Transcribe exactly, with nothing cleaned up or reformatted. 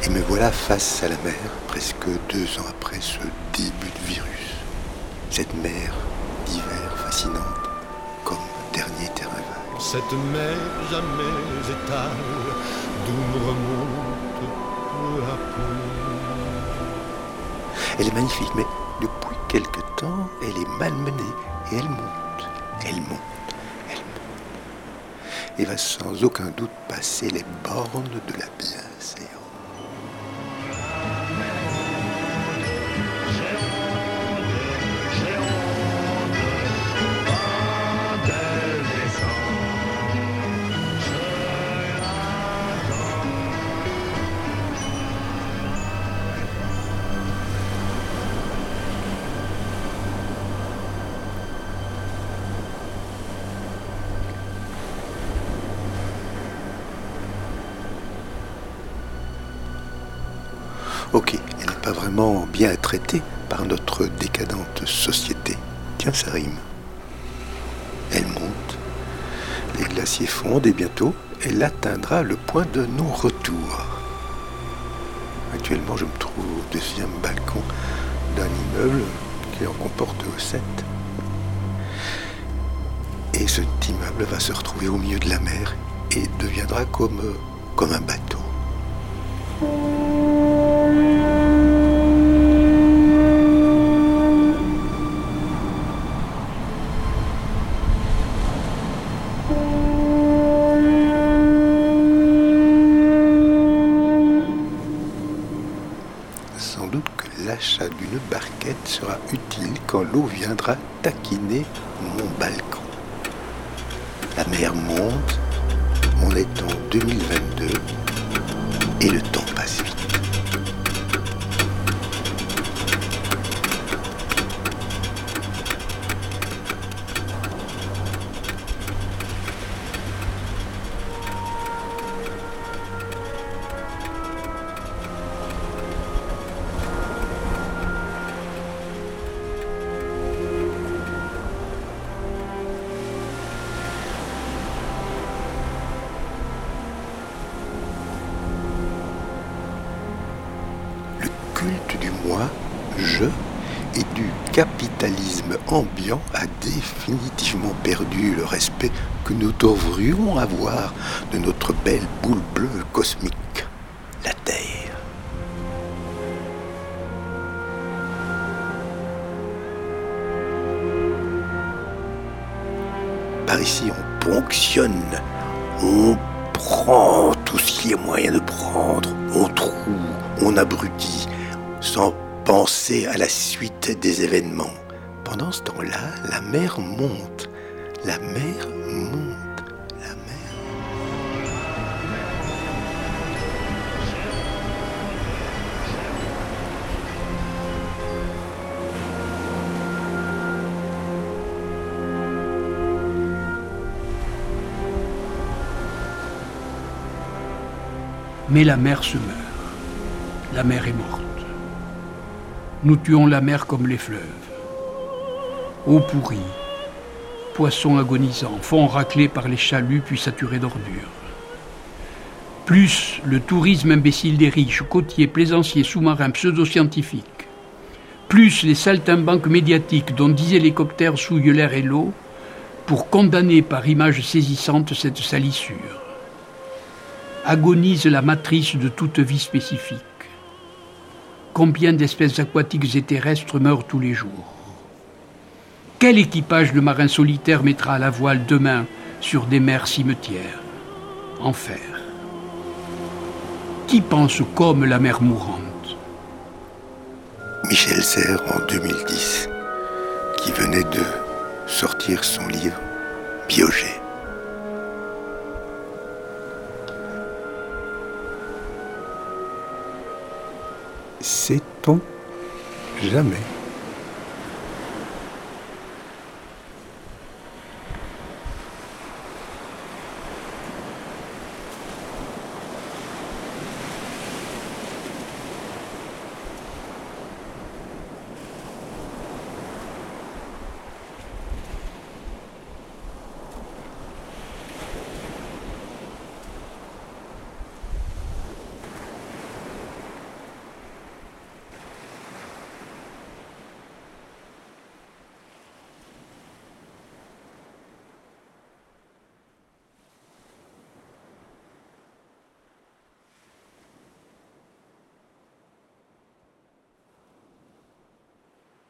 Et me voilà face à la mer, presque deux ans après ce début de virus. Cette mer d'hiver fascinante, comme dernier terrain vague. Cette mer jamais étale, d'où me remonte peu à peu. Elle est magnifique, mais depuis quelque temps, elle est malmenée et elle monte, elle monte, elle monte. Et va sans aucun doute passer les bornes de la bienséance. Ok, elle n'est pas vraiment bien traitée par notre décadente société. Tiens, ça rime. Elle monte, les glaciers fondent et bientôt, elle atteindra le point de non-retour. Actuellement, je me trouve au deuxième balcon d'un immeuble qui en comporte sept. Et cet immeuble va se retrouver au milieu de la mer et deviendra comme, comme un bateau. Sans doute que l'achat d'une barquette sera utile quand l'eau viendra taquiner mon balcon. La mer monte, on est en deux mille vingt-deux et le temps passe vite. Culte du moi, je et du capitalisme ambiant a définitivement perdu le respect que nous devrions avoir de notre belle boule bleue cosmique, la Terre. Par ici, on ponctionne, on prend tout ce qui est moyen de prendre, on troue, on abrutit, sans penser à la suite des événements. Pendant ce temps-là, la mer monte, la mer monte, la mer. Mais la mer se meurt. La mer est morte. Nous tuons la mer comme les fleuves. Eau pourrie, poissons agonisants, fonds raclés par les chaluts puis saturés d'ordures. Plus le tourisme imbécile des riches, côtiers, plaisanciers, sous-marins, pseudo-scientifiques. Plus les saltimbanques médiatiques dont dix hélicoptères souillent l'air et l'eau pour condamner par images saisissantes cette salissure. Agonise la matrice de toute vie spécifique. Combien d'espèces aquatiques et terrestres meurent tous les jours? Quel équipage de marins solitaires mettra à la voile demain sur des mers cimetières? Enfer. Qui pense comme la mer mourante? Michel Serres en deux mille dix, qui venait de sortir son livre Biogé. Sait-on jamais?